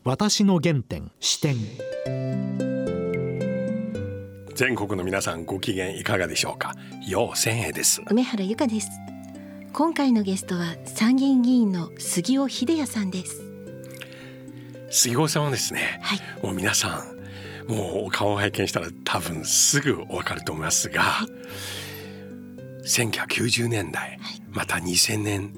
私の原点視点。 全国の皆さんご機嫌いかがでしょうか。陽千恵です。 梅原由香です。今回のゲストは参議院議員の杉尾秀哉さんです。 杉尾さんはですね、 はい、 もう皆さんもうお顔を拝見したら多分すぐお分かると思いますが、1990年代、また2000年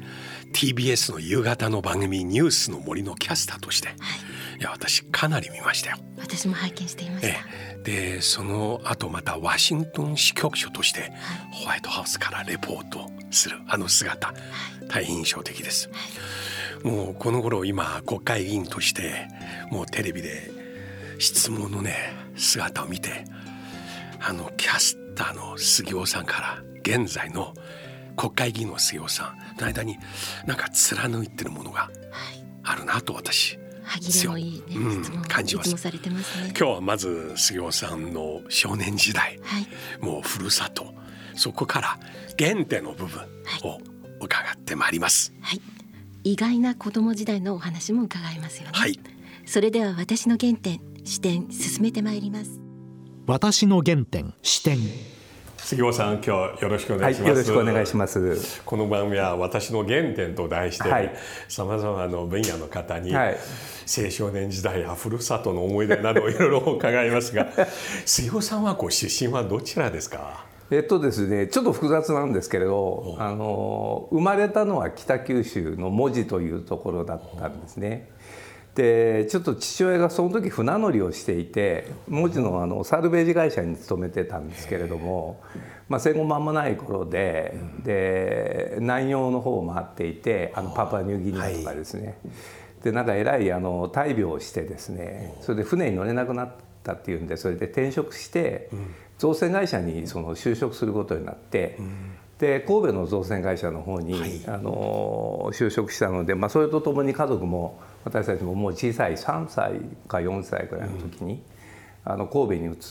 TBS の夕方の番組ニュースの森のキャスターとして、いや私かなり見ましたよ。 私も拝見していました。 でその後またワシントン支局長としてホワイトハウスからレポートするあの姿、大変印象的です。もうこの頃今国会議員としてもうテレビで質問のね姿を見て、キャスターの杉尾さんから現在の国会議員の杉尾さんの間になんか貫いてるものがあるなと私歯切れのいいね、質問感じます。 いつもされてますね。 今日はまず杉尾さんの少年時代、もうふるさと、そこから原点の部分を伺ってまいります。 意外な子供時代のお話も伺いますよね。それでは私の原点視点進めてまいります。 私の原点視点。 杉尾さん、今日よろしくお願いします。 よろしくお願いします。 この番組は私の原点と題して、さまざまな分野の方に、青少年時代やふるさとの思い出などいろいろ伺いますが杉尾さんはご出身はどちらですか？ ですね、ちょっと複雑なんですけれど、生まれたのは北九州の門司というところだったんですね。でちょっと父親がその時船乗りをしていて、門司のサルベージ会社に勤めてたんですけれども、戦後間もない頃で、南洋の方を回っていて、パプアニューギニアとかですね、でなんかえらい大病をしてですね、それで船に乗れなくなったっていうんで、それで転職して造船会社に就職することになって、で神戸の造船会社の方に、就職したので、それとともに家族も私たちももう小さい3歳か4歳くらいの時に、神戸に移って、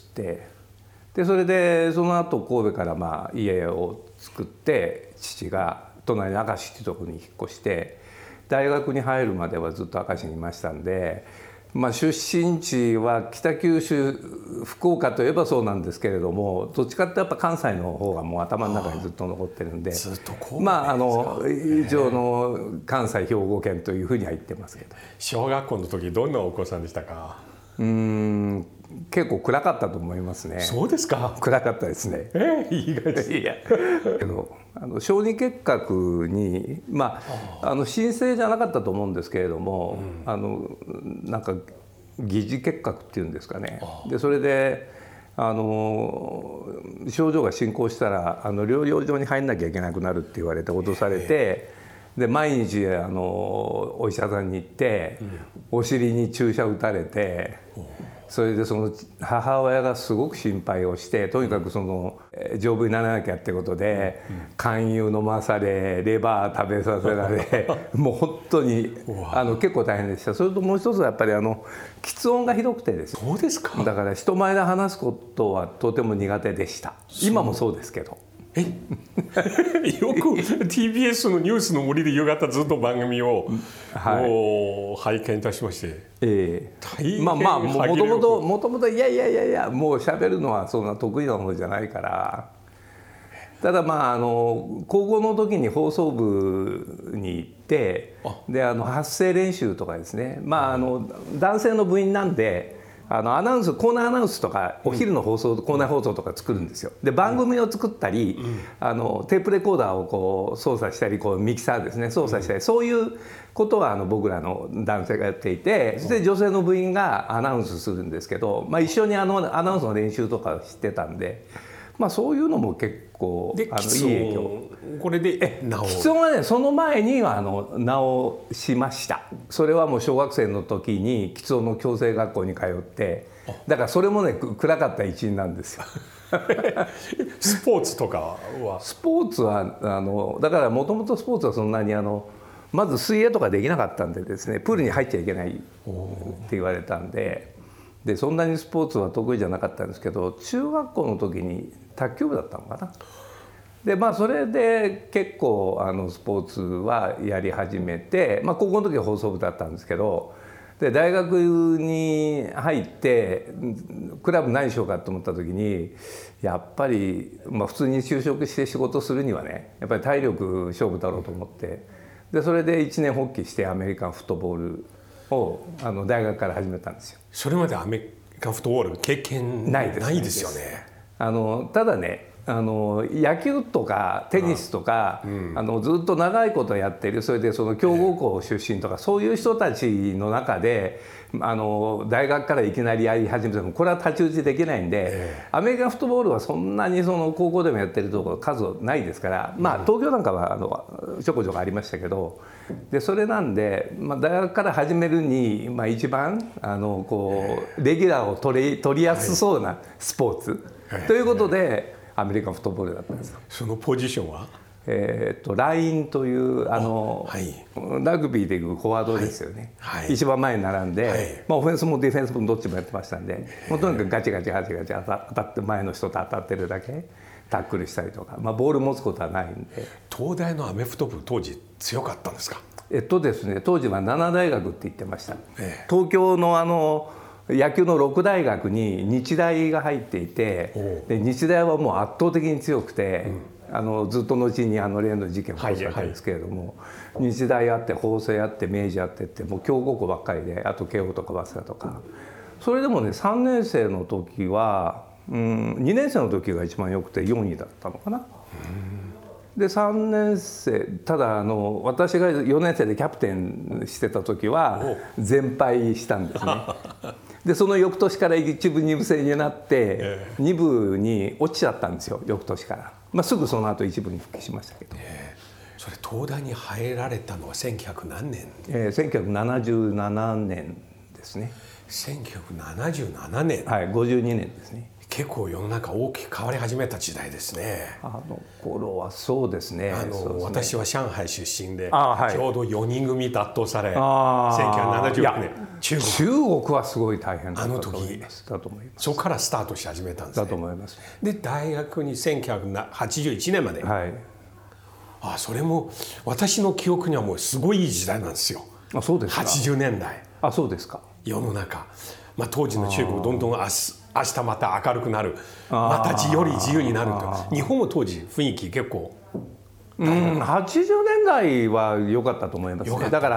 でそれでその後神戸から家を作って、父が隣の明石っていうところに引っ越して、大学に入るまではずっと明石にいましたんで、出身地は北九州福岡といえばそうなんですけれども、どっちかってやっぱ関西の方がもう頭の中にずっと残ってるんで、 ずっとこう一応の関西兵庫県というふうには言ってますけど。 小学校の時どんなお子さんでしたか？ 結構暗かったと思いますね。 そうですか？ 暗かったですね。 意外です。 いやけど小児結核に新生じゃなかったと思うんですけれども、なんか疑似結核っていうんですかね。でそれで症状が進行したら療養所に入んなきゃいけなくなるって言われて脅されて、で毎日お医者さんに行って、お尻に注射打たれて、それでその母親がすごく心配をして、とにかく丈夫にならなきゃってことで、肝油飲まされ、レバー食べさせられもう本当に結構大変でした。それともう一つはやっぱり喫音がひどくてですね。 そうですか？ だから人前で話すことはとても苦手でした。今もそうですけど。 よく TBS のニュースの森で夕方ずっと番組を、拝見いたしまして、 もともといやもう喋るのはそんな得意なものじゃないから。ただ高校の時に放送部に行って、で発声練習とかですね、男性の部員なんでコーナーアナウンスとかお昼の放送、コーナー放送とか作るんですよ。で番組を作ったり、テープレコーダーをこう操作したり、ミキサーですね操作したり、そういうことは僕らの男性がやっていて、そして女性の部員がアナウンスするんですけど、一緒にアナウンスの練習とかしてたんで、そういうのも結構いい影響。 これで喫音はね、その前には直しました。それはもう小学生の時に喫音の矯正学校に通って、だからそれもね暗かった一因なんですよ。 スポーツとかは？ スポーツはだからもともとスポーツはそんなにまず水泳とかできなかったんでですね、プールに入っちゃいけないって言われたんで、そんなにスポーツは得意じゃなかったんですけど、中学校の時に卓球部だったのかな。でそれで結構スポーツはやり始めて、高校の時は放送部だったんですけど、 で大学に入ってクラブ何しようかと思った時にやっぱり、普通に就職して仕事するにはねやっぱり体力勝負だろうと思って、でそれで一年発起してアメリカンフットボールを大学から始めたんですよ。 それまでアメリカンフットボール経験ないですよね。 ただね野球とかテニスとか、ずっと長いことやってる、それでその強豪校出身とか、そういう人たちの中で大学からいきなりやり始めてもこれは太刀打ちできないんで、アメリカンフットボールはそんなにその高校でもやってるところ数ないですから、東京なんかはちょこちょこありましたけど、でそれなんで、大学から始めるに、一番レギュラーを取りやすそうなスポーツ、ということでアメリカンフットボールだったんです。 そのポジションはラインというラグビーでいうフォワードですよね、一番前に並んで、オフェンスもディフェンスもどっちもやってましたんで、とにかくガチガチ当たって前の人と当たってるだけタックルしたりとか、ボール持つことはないんで。 東大のアメフト部当時強かったんですか？ ですね、当時は7大学って言ってました。東京の野球の6大学に日大が入っていて、で日大はもう圧倒的に強くて、ずっと後に例の事件も起こったんですけれども、日大あって法政あって明治あってってもう強豪校ばっかりで、あと慶応とか早稲田とか。それでもね3年生の時は、2年生の時が一番良くて4位だったのかな。で3年生ただ私が4年生でキャプテンしてた時は全敗したんですね。でその翌年から1部2部制になって2部に落ちちゃったんですよ、翌年から。すぐその後1部に復帰しましたけど。 それ東大に入られたのは1900何年 ？1977年ですね。 1977年。 はい、52年ですね。 結構世の中大きく変わり始めた時代ですね。 頃はそうですね。 私は上海出身で、ちょうど4人組に圧倒され、1976年中国はすごい大変だったと思います。 そこからスタートし始めたんですね。 だと思います。 で大学に1981年まで、それも私の記憶にはもうすごいいい時代なんですよ。 そうですか。 80年代。 そうですか。 世の中、当時の中国どんどん明日また明るくなる、またより自由になると。日本も当時雰囲気結構 80年代は良かったと思いますね。だから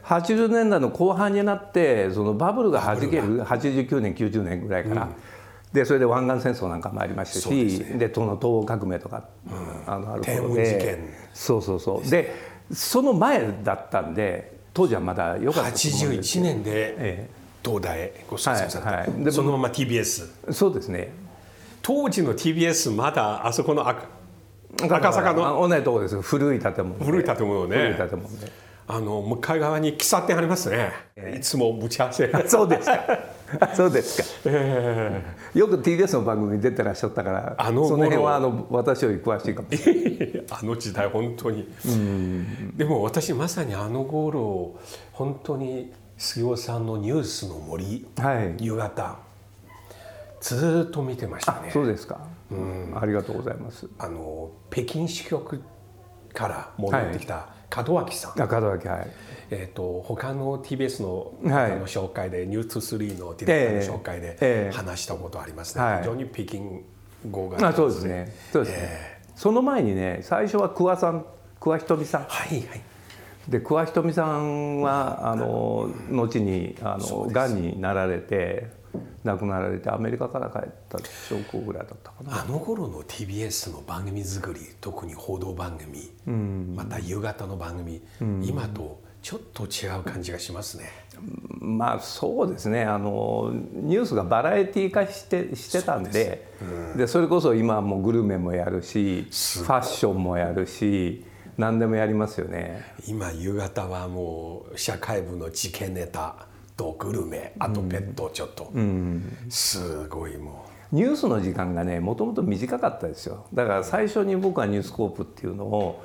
80年代の後半になってそのバブルがはじける89年90年ぐらいから、でそれで湾岸戦争なんかもありましたし、で東欧革命とかある頃で、そうでその前だったんで当時はまだ良かったと思うんです。 81年で東大へご卒業された、そのまま TBS。 そうですね。 当時の TBS まだあそこの赤坂の同じところです。古い建物ね。 古い建物で向かい側に喫茶店ありますね。いつも打ち合わせ。 そうですか。そうですか。よく TBS の番組に出てらっしゃったから、その辺は私より詳しいかもしれない。 時代本当に。でも私まさに頃本当に杉尾さんのニュースの森、夕方ずっと見てましたね。 そうですか。ありがとうございます。 北京支局から戻ってきた門脇さん。 門脇、 他の TBS の紹介で、ニュース3のディレクターの紹介で話したことありますね。非常に北京語が。 そうですね。その前にね、最初は桑ひとみさん。で桑ひとみさんは後にがんになられて亡くなられてアメリカから帰った証拠ぐらいだったかな。 頃の TBS の番組作り、特に報道番組、また夕方の番組、今とちょっと違う感じがしますね。 そうですね。ニュースがバラエティ化してたんで、それこそ今はもうグルメもやるし、ファッションもやるし、何でもやりますよね。 今夕方はもう社会部の事件ネタとグルメ、あとペット、ちょっと、すごいもうニュースの時間がねもともと短かったですよ。だから最初に僕はニュースコープっていうのを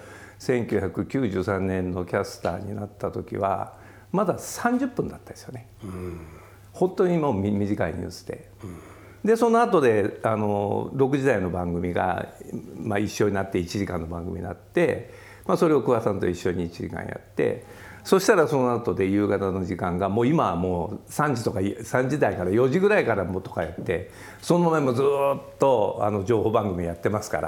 1993年のキャスターになった時はまだ30分だったですよね。本当にもう短いニュースで、でその後で6時台の番組が、一緒になって1時間の番組になって、それを桑さんと一緒に1時間やって、 そしたらその後で夕方の時間がもう今はもう3時とか3時台から4時ぐらいからもとかやって、その前もずっと情報番組やってますから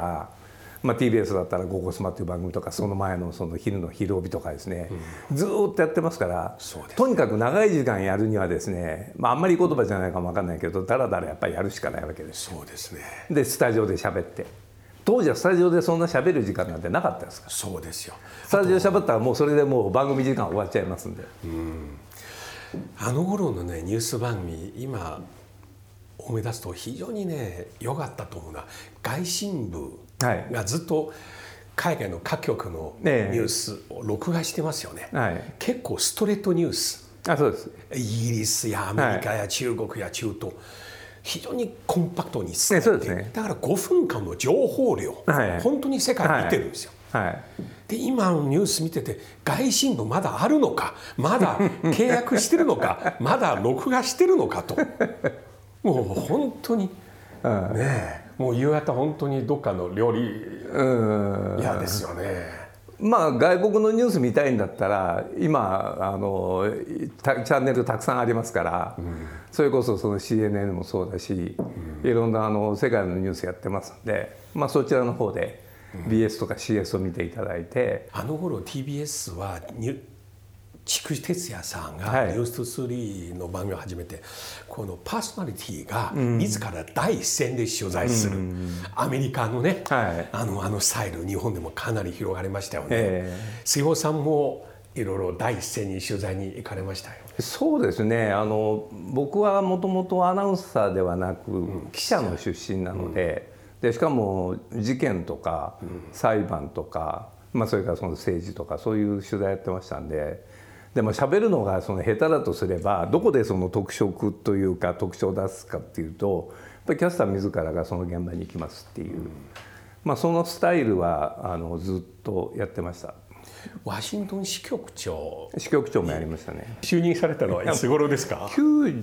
、TBS だったら「ゴゴスマ」っていう番組とか、その前のその昼の昼帯とかですね、ずっとやってますから、とにかく長い時間やるにはですね、あんまり言葉じゃないかも分かんないけど、だらだらやっぱりやるしかないわけです。 そうですね。 でスタジオで喋って、当時はスタジオでそんな喋る時間なんてなかったですから。 そうですよ。 スタジオで喋ったらもうそれでもう番組時間終わっちゃいますんで。 あの頃のねニュース番組、今思い出すと非常にね良かったと思うのは、外信部がずっと海外の各局のニュースを録画してますよね。結構ストレートニュース。 そうです。 イギリスやアメリカや中国や中東、非常にコンパクトに伝えて、だから5分間の情報量、本当に世界見てるんですよ。で今のニュース見てて、外信部まだあるのか、まだ契約してるのかまだ録画してるのかと、もう本当にね、もう夕方本当にどっかの料理屋ですよね。 外国のニュース見たいんだったら今チャンネルたくさんありますから、それこそその CNN もそうだし、いろんな世界のニュースやってますんで、そちらの方で BS とか CS を見ていただいて、 あの頃 TBS は筑紫哲也さんが「ニュース2 3」の番組を始めて、このパーソナリティが自ら第一線で取材する、アメリカのね、あのスタイル、日本でもかなり広がりましたよね。杉尾さんもいろいろ第一線に取材に行かれましたよ。 そうですね。僕はもともとアナウンサーではなく記者の出身なので、しかも事件とか裁判とか、それからその政治とかそういう取材やってましたんで。でも喋るのが下手だとすれば、どこでその特色というか特徴を出すかっていうと、やっぱりキャスター自らがその現場に行きますっていう、そのスタイルはずっとやってました。 ワシントン支局長もやりましたね。 就任されたのはいつ頃ですか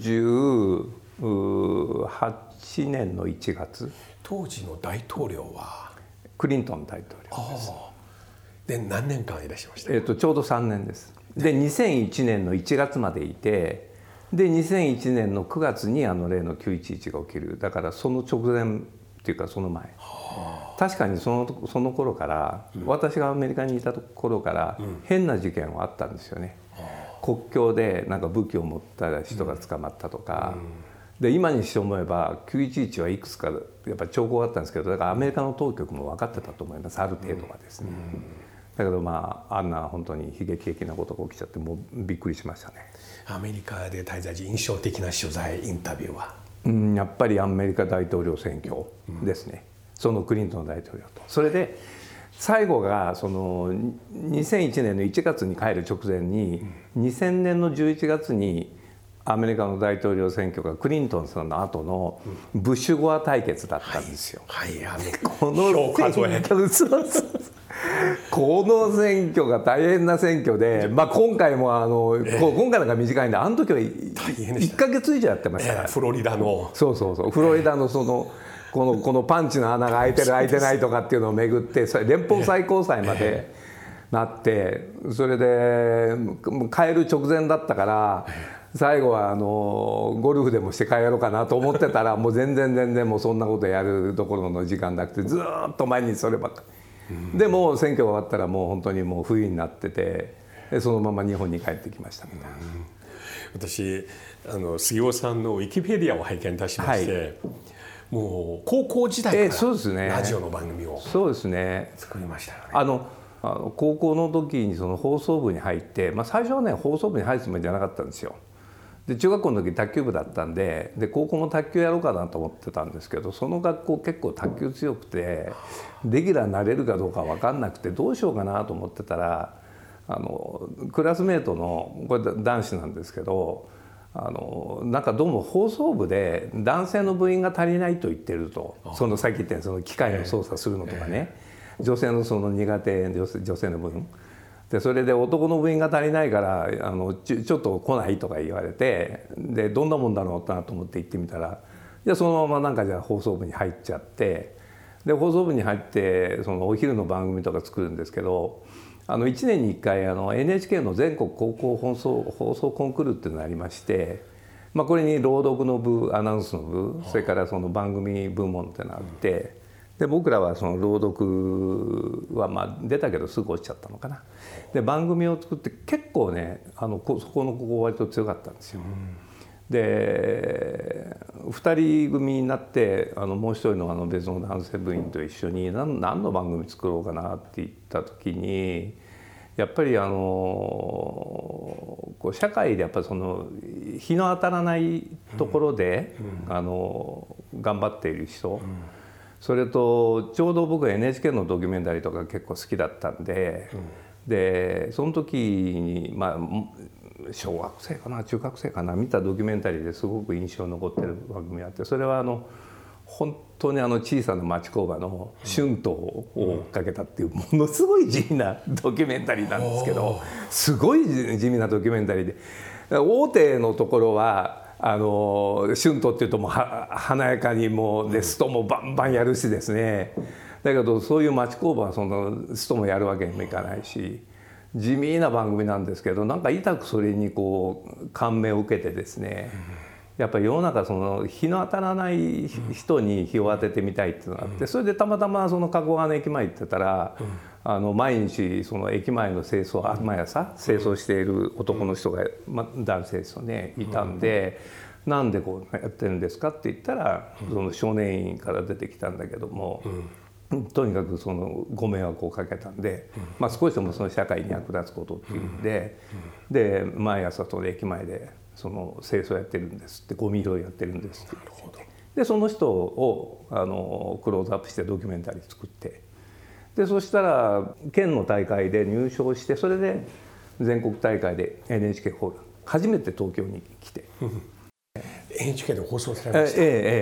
？98年の1月。 当時の大統領はクリントン大統領です。 で何年間いらっしゃいました？ ちょうど3年です。で2001年の1月までいて、で2001年の9月に例の911が起きる。だからその直前っていうかその前、確かにその頃から、私がアメリカにいた頃から変な事件はあったんですよね。国境でなんか武器を持った人が捕まったとか、で今にして思えば911はいくつかやっぱり兆候があったんですけど、だからアメリカの当局も分かってたと思います、ある程度はですね。だけどあんな本当に悲劇的なことが起きちゃって、もうびっくりしましたね。 アメリカで滞在時印象的な取材インタビューは、 やっぱりアメリカ大統領選挙ですね。そのクリントン大統領と、それで最後がその2001年の1月に帰る直前に、2000年の11月にアメリカの大統領選挙がクリントンさんの後のブッシュゴア対決だったんですよ。この選挙が大変な選挙で、今回も今回なんか短いんで、あの時は1ヶ月以上やってましたから、 フロリダのフロリダのこのパンチの穴が開いてる開いてないとかっていうのをめぐって、連邦最高裁までなって、それで帰る直前だったから、最後はゴルフでもして帰ろうかなと思ってたら、もう全然もうそんなことやるどころの時間なくて、ずっと毎日そればっかり。でも選挙が終わったらもう本当にもう冬になってて、そのまま日本に帰ってきましたみたいな。 私杉尾さんのウィキペディアを拝見いたしまして、もう高校時代からラジオの番組を作りましたよね。 高校の時にその放送部に入って、最初はね放送部に入るつもりじゃなかったんですよ。で中学校の時卓球部だったんで、高校も卓球やろうかなと思ってたんですけど、その学校結構卓球強くてレギュラーになれるかどうか分かんなくて、どうしようかなと思ってたら、クラスメートのこれ男子なんですけど、なんかどうも放送部で男性の部員が足りないと言ってると、さっき言ったようにその機械の操作するのとかね、女性のその苦手女性の部分で、それで男の部員が足りないからちょっと来ないとか言われて、でどんなもんだろうなと思って行ってみたら、じゃあそのままなんかじゃあ放送部に入っちゃって、で放送部に入ってそのお昼の番組とか作るんですけど、 1年に1回NHK の全国高校放送コンクールっていうのがありまして、これに朗読の部、アナウンスの部、それからその番組部門っていうのがあって、で僕らはその朗読は出たけどすぐ落ちちゃったのかな。で番組を作って結構ねそこのここ割と強かったんですよ。で2人組になってもう一人の別の男性部員と一緒に何の番組作ろうかなって言った時に、やっぱり社会でやっぱりその日の当たらないところで、頑張っている人、それとちょうど僕は NHK のドキュメンタリーとか結構好きだったんで、でその時に小学生かな中学生かな見たドキュメンタリーですごく印象に残ってる番組があって、それは本当に小さな町工場の春闘を追っかけたっていうものすごい地味なドキュメンタリーなんですけど、すごい地味なドキュメンタリーで、大手のところは春闘っていうともう華やかにもうストもバンバンやるしですね、だけどそういう町工場はそのストもやるわけにもいかないし、地味な番組なんですけど、なんか痛くそれに感銘を受けてですね、やっぱり世の中その日の当たらない人に日を当ててみたいっていうのがあって、それでたまたまその加古川の駅前行ってたら、毎日その駅前の清掃、毎朝清掃している男の人が、男性ですよね、いたんで、なんでこうやってるんですかって言ったら、その少年院から出てきたんだけども、とにかくそのご迷惑をかけたんで、少しでもその社会に役立つことっていうんで、で毎朝その駅前でその清掃やってるんですって、ゴミ拾いやってるんですって言って、でその人をクローズアップしてドキュメンタリー作って、でそしたら県の大会で入賞して、それで全国大会で NHK ホール初めて東京に来て。 NHK で放送されました。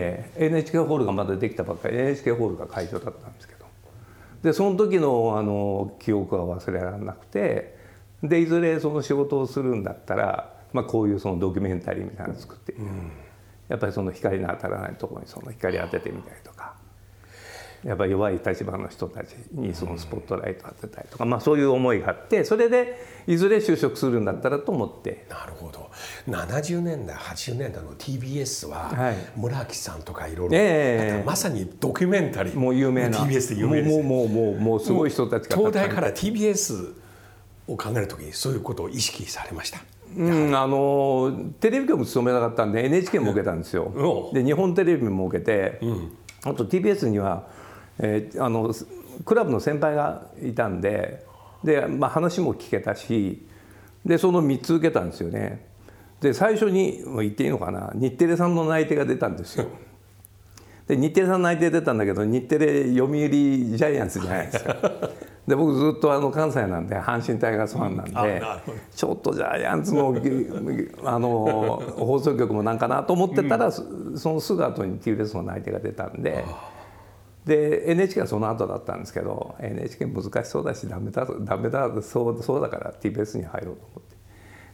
NHK ホールがまだできたばっかり、 NHK ホールが会場だったんですけど、でその時の記憶は忘れられなくて、でいずれその仕事をするんだったら、こういうそのドキュメンタリーみたいなのを作ってみたい、やっぱりその光の当たらないところにその光当ててみたりとか、やっぱり弱い立場の人たちにそのスポットライト当てたりとか、そういう思いがあって、それでいずれ就職するんだったらと思って。 なるほど。70年代80年代の TBS は村木さんとかいろいろ、まさにドキュメンタリーもう有名な TBS で有名ですね。 もうすごい人たちが東大から TBS を考えるときにそういうことを意識されました？ テレビ局勤めなかったんで NHK も受けたんですよ。で日本テレビも受けて、あと TBS にはクラブの先輩がいたんで、話も聞けたし、でその3つ受けたんですよね。で最初に言っていいのかな、日テレさんの内定が出たんですよ。で日テレさんの内定出たんだけど、日テレ読売ジャイアンツじゃないですか。で僕ずっと関西なんで阪神タイガースファンなんで、ちょっとジャイアンツの放送局もなんかなと思ってたら、そのすぐ後に TBS の内定が出たんで。で NHK はその後だったんですけど、 NHK 難しそうだしダメだそうだから TBS に入ろうと思って、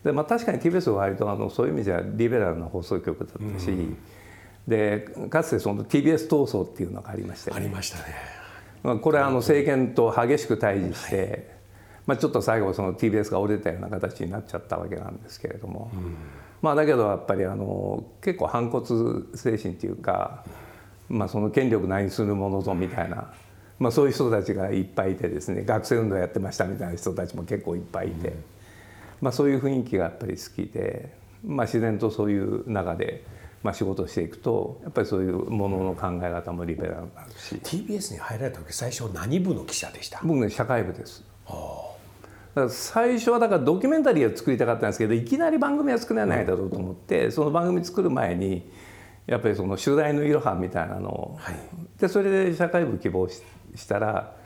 で、確かに TBS は割とそういう意味じゃリベラルな放送局だったし、でかつてその TBS 闘争っていうのがありましてね。 ありましたね。 これ政権と激しく対峙して、ちょっと最後その TBS が折れたような形になっちゃったわけなんですけれども、だけどやっぱり結構反骨精神っていうか、その権力何するものぞみたいな、そういう人たちがいっぱいいてですね、学生運動やってましたみたいな人たちも結構いっぱいいて、そういう雰囲気がやっぱり好きで、自然とそういう中で仕事をしていくと、やっぱりそういうものの考え方もリベラルになるし。 TBS に入られた時最初何部の記者でした？ 僕ね、社会部です。だから最初はだからドキュメンタリーを作りたかったんですけど、いきなり番組は作れないだろうと思って、その番組作る前にやっぱりその取材のいろはみたいなのを、でそれで社会部希望したら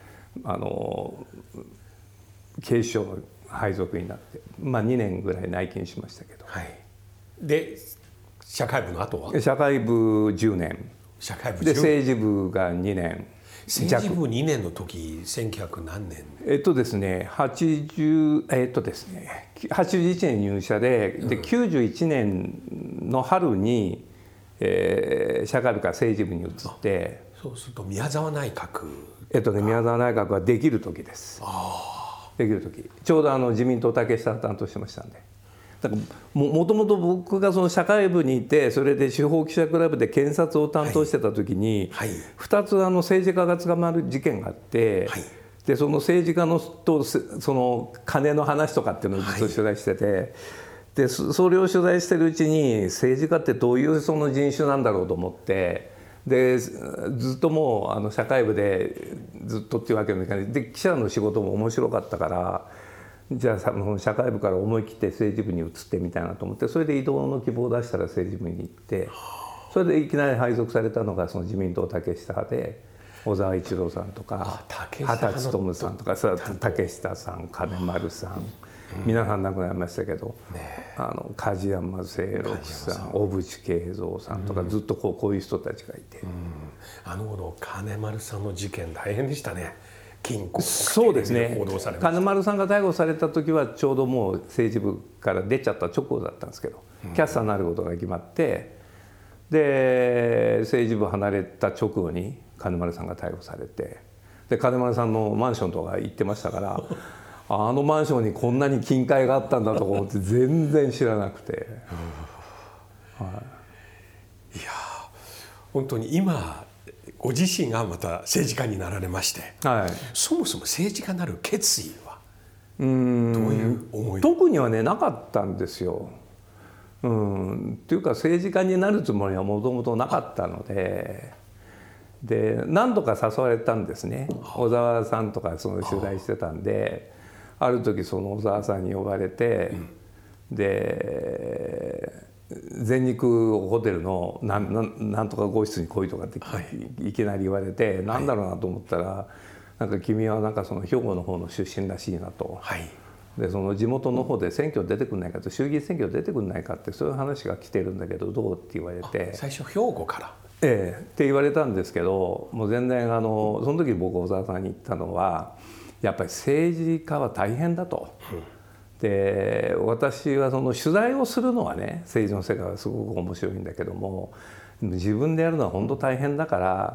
警視庁の配属になって、2年ぐらい内勤しましたけど、 で社会部の後は？ 社会部10年、 社会部10 で政治部が2年。 政治部2年の時1900何年ですね、81年入社で、91年の春に社会部から政治部に移って、 そうすると宮沢内閣、 宮沢内閣ができる時です。 できる時ちょうど自民党竹下担当してましたんで。だからもともと僕がその社会部にいて、それで司法記者クラブで検察を担当してた時に、2つ政治家が捕まる事件があって、でその政治家のとその金の話とかっていうのをずっと取材してて、でそれを取材してるうちに政治家ってどういうその人種なんだろうと思って、でずっともう社会部でずっとっていうわけにもいかないで、記者の仕事も面白かったから、じゃあ社会部から思い切って政治部に移ってみたいなと思って、それで異動の希望を出したら政治部に行って、それでいきなり配属されたのがその自民党竹下派で、小沢一郎さんとか畑勉さんとか竹下さん、金丸さん、皆さん亡くなりましたけど、梶山清六さん、小渕恵三さんとか、ずっとこういう人たちがいて、 あの頃金丸さんの事件大変でしたね。金庫そうですね。金丸さんが逮捕された時はちょうどもう政治部から出ちゃった直後だったんですけど、キャスターになることが決まって、で政治部離れた直後に金丸さんが逮捕されて、で金丸さんのマンションとか行ってましたからあのマンションにこんなに金塊があったんだと思って全然知らなくて、 いや本当に今ご自身がまた政治家になられまして、そもそも政治家になる決意はどういう思い？ 特にはねなかったんですよ。っていうか政治家になるつもりはもともとなかったので、何度か誘われたんですね。小沢さんとかその取材してたんで、ある時その小沢さんに呼ばれて、で全日空ホテルのなんとか号室に来いとかっていきなり言われて、なんだろうなと思ったら、なんか君はなんかその兵庫の方の出身らしいなと、でその地元の方で選挙出てくんないかと、衆議院選挙出てくんないかって、そういう話が来てるんだけどどうって言われて、 最初兵庫からって言われたんですけど、もう全然その時僕小沢さんに言ったのは、やっぱり政治家は大変だと。で私はその取材をするのはね、政治の世界はすごく面白いんだけども、自分でやるのは本当大変だから、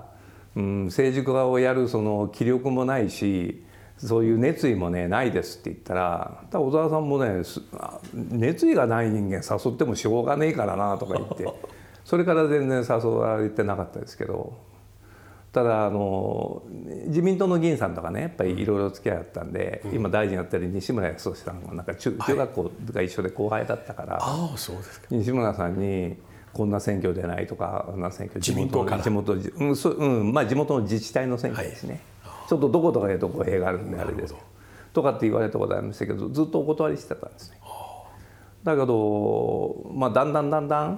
政治家をやるその気力もないし、そういう熱意もねないですって言ったら、小沢さんもね熱意がない人間誘ってもしょうがねえからなとか言って、それから全然誘われてなかったですけど、ただ自民党の議員さんとかねやっぱりいろいろ付き合いあったんで、今大臣やってる西村康稔さんがなんか中学校が一緒で後輩だったから、西村さんにこんな選挙出ないとか、あんな選挙、 自民党から地元の自治体の選挙ですね、ちょっとどことかいうと語弊があるんであれですとかって言われたことありましたけど、ずっとお断りしてたんですね。だけど、だんだん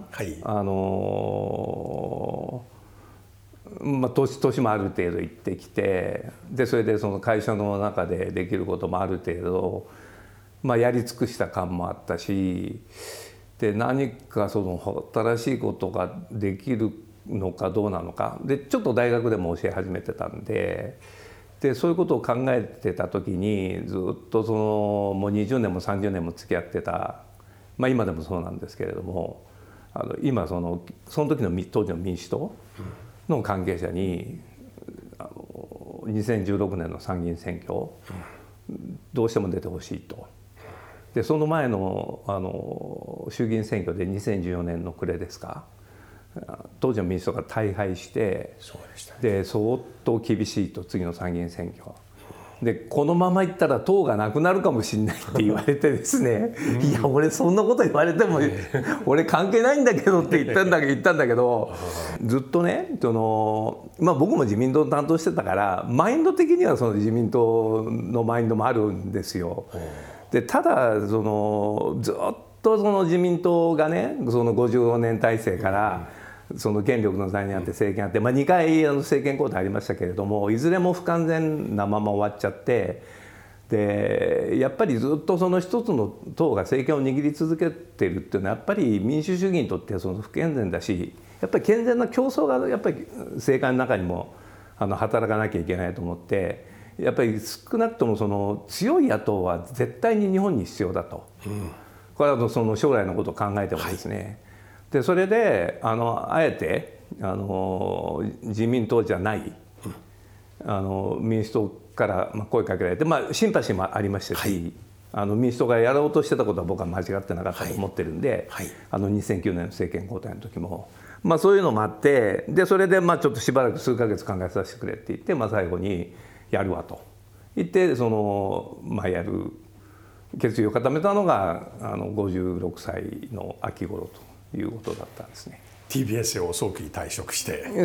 年もある程度行ってきて、でそれでその会社の中でできることもある程度、やり尽くした感もあったし、で何かその新しいことができるのかどうなのかで、ちょっと大学でも教え始めてたんで、そういうことを考えてた時に、ずっとそのもう20年も30年も付き合ってた、今でもそうなんですけれども、今その時の当時の民主党の関係者に2016年の参議院選挙どうしても出てほしいと。でその前の衆議院選挙で2014年の暮れですか、当時の民主党が大敗して、で相当厳しいと、次の参議院選挙でこのままいったら党がなくなるかもしれないって言われてですねいや俺そんなこと言われても俺関係ないんだけどって言ったんだけど、ずっとね僕も自民党担当してたから、マインド的にはその自民党のマインドもあるんですよ。でただずっとその自民党がね、その55年体制からその権力の座にあって政権あって、2回政権交代ありましたけれども、いずれも不完全なまま終わっちゃって、でやっぱりずっとその一つの党が政権を握り続けているっていうのは、やっぱり民主主義にとってはその不健全だし、やっぱり健全な競争がやっぱり政界の中にも働かなきゃいけないと思って、やっぱり少なくともその強い野党は絶対に日本に必要だと、これはその将来のことを考えてもですね、でそれであえて自民党じゃない民主党から声かけられて、シンパシーもありましたし、民主党がやろうとしてたことは僕は間違ってなかったと思ってるんで、2009年の政権交代の時も、そういうのもあって、でそれでちょっとしばらく数ヶ月考えさせてくれって言って、最後にやるわと言って、やる決意を固めたのが56歳の秋頃ということだったんですね。 TBS を早期に退職して。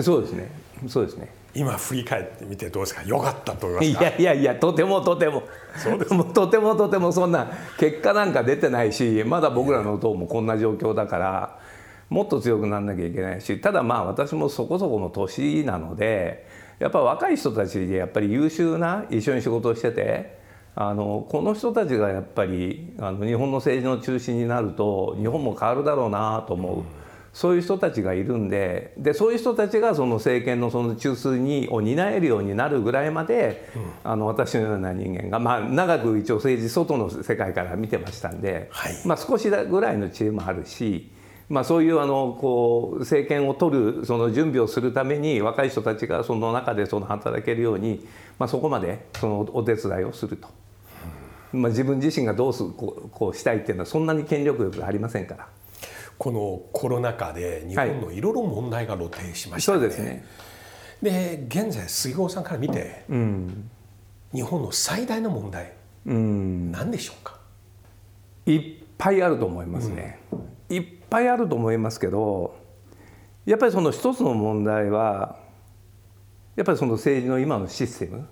そうですね。 今振り返ってみてどうですか？良かったと思いますか？ いやとてもそうです。もうとてもそんな結果なんか出てないし、まだ僕らの党もこんな状況だからもっと強くならなきゃいけないし、ただ私もそこそこの年なので、やっぱり若い人たちでやっぱり優秀な一緒に仕事をしてて、この人たちがやっぱり日本の政治の中心になると日本も変わるだろうなと思う。そういう人たちがいるんで、そういう人たちがその政権のその中枢を担えるようになるぐらいまで、私のような人間が、長く一応政治外の世界から見てましたんで、少しぐらいの知恵もあるし、そういう政権を取るその準備をするために若い人たちがその中で働けるように、そこまでそのお手伝いをすると、自分自身がどうこうしたいっていうのはそんなに権力がありませんから。 このコロナ禍で日本のいろいろ問題が露呈しましたね。 そうですね。 で現在杉尾さんから見て、日本の最大の問題、何でしょうか？ いっぱいあると思いますね。いっぱいあると思いますけど、やっぱりその一つの問題はやっぱりその政治の今のシステム、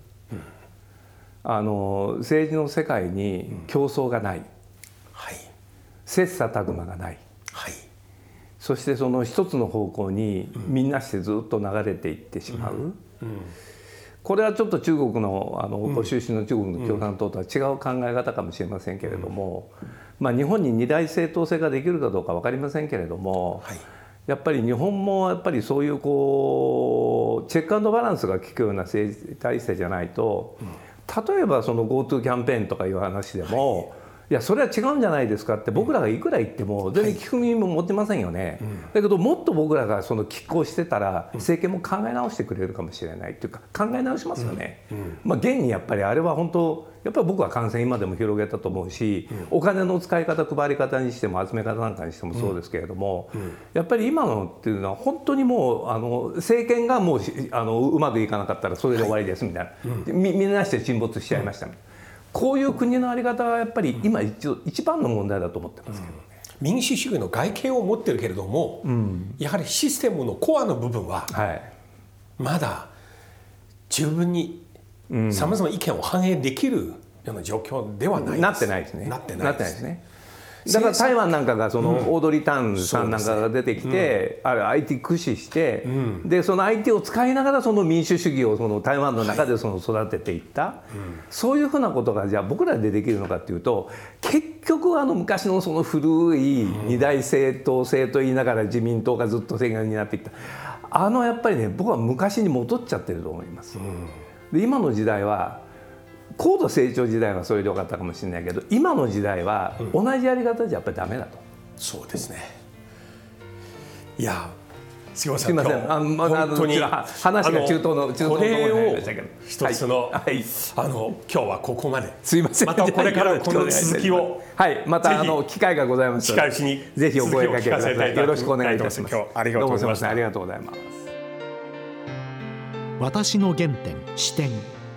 政治の世界に競争がない、切磋琢磨がない、そしてその一つの方向にみんなしてずっと流れていってしまう、これはちょっと中国のご出身の中国の共産党とは違う考え方かもしれませんけれども、日本に二大政党制ができるかどうか分かりませんけれども、やっぱり日本もやっぱりそういうチェックアンドバランスが効くような政治体制じゃないと、例えばその GoTo キャンペーンとかいう話でも、いやそれは違うんじゃないですかって僕らがいくら言っても全然聞く耳も持ってませんよね、だけどもっと僕らがその拮抗してたら政権も考え直してくれるかもしれないというか、考え直しますよね、現にやっぱりあれは本当やっぱり僕は感染今でも広げたと思うし、お金の使い方配り方にしても集め方なんかにしてもそうですけれども、やっぱり今のっていうのは本当にもう政権がもううまくいかなかったらそれで終わりですみたいな、みんなして沈没しちゃいましたみたいな、こういう国の在り方はやっぱり今一番の問題だと思ってますけどね。 民主主義の外形を持ってるけれども、やはりシステムのコアの部分はまだ十分にさまざまな意見を反映できるような状況ではないです。 なってないですね。 なってないですね。 だから台湾なんかがそのオードリー・タンさんなんかが出てきて、IT 駆使して、でその IT を使いながらその民主主義をその台湾の中でその育てていった、そういうふうなことがじゃあ僕らでできるのかっていうと、結局昔のその古い二大政党制と言いながら自民党がずっと政権になっていったやっぱりね、僕は昔に戻っちゃってると思います。で今の時代は高度成長時代はそれでよかったかもしれないけど、今の時代は同じやり方じゃやっぱりダメだと。 そうですね。いやすいません、 すいません、 本当に話が中東のところに入りましたけど、 一つの、今日はここまで。 すいません。 またこれからこの続きを、 また機会がございましたらぜひお声掛けください。よろしくお願いいたします。 今日ありがとうございました。 ありがとうございます。 私の原点視点。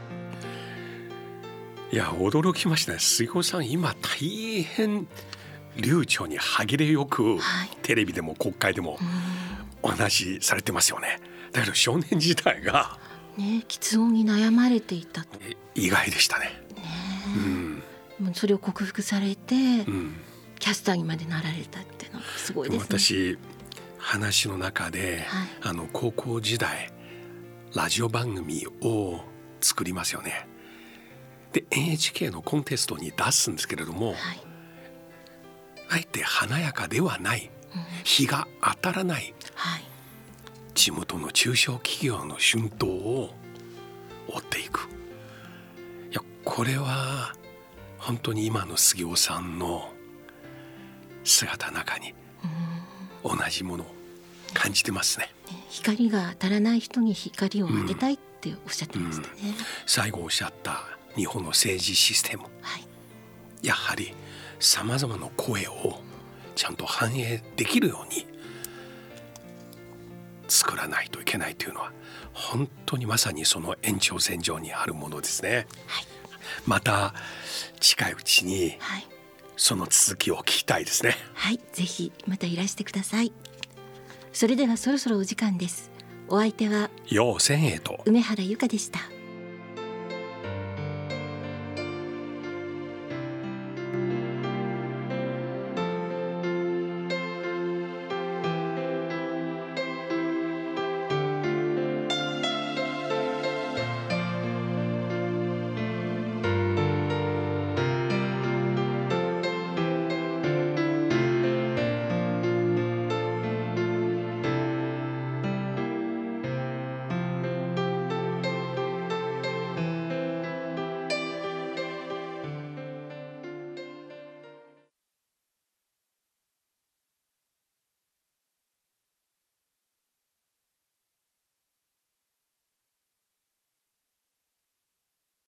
いや驚きましたね。杉尾さん今大変流暢に歯切れよく、テレビでも国会でもお話しされてますよね。だけど少年時代が喫音に悩まれていた。 意外でしたね。 もうそれを克服されて、キャスターにまでなられたっていうのがすごいですね。 私話の中で、高校時代ラジオ番組を作りますよね。で NHK のコンテストに出すんですけれども、あえて華やかではない、日が当たらない、地元の中小企業の春闘を追っていく。いやこれは本当に今の杉尾さんの姿の中に同じもの感じてますね。 光が当たらない人に光を当てたいっておっしゃってましたね。 最後おっしゃった日本の政治システム、やはりさまざまな声をちゃんと反映できるように作らないといけないというのは本当にまさにその延長線上にあるものですね。また近いうちにその続きを聞きたいですね。 ぜひまたいらしてください。それではそろそろお時間です。お相手は陽千栄と梅原由香でした。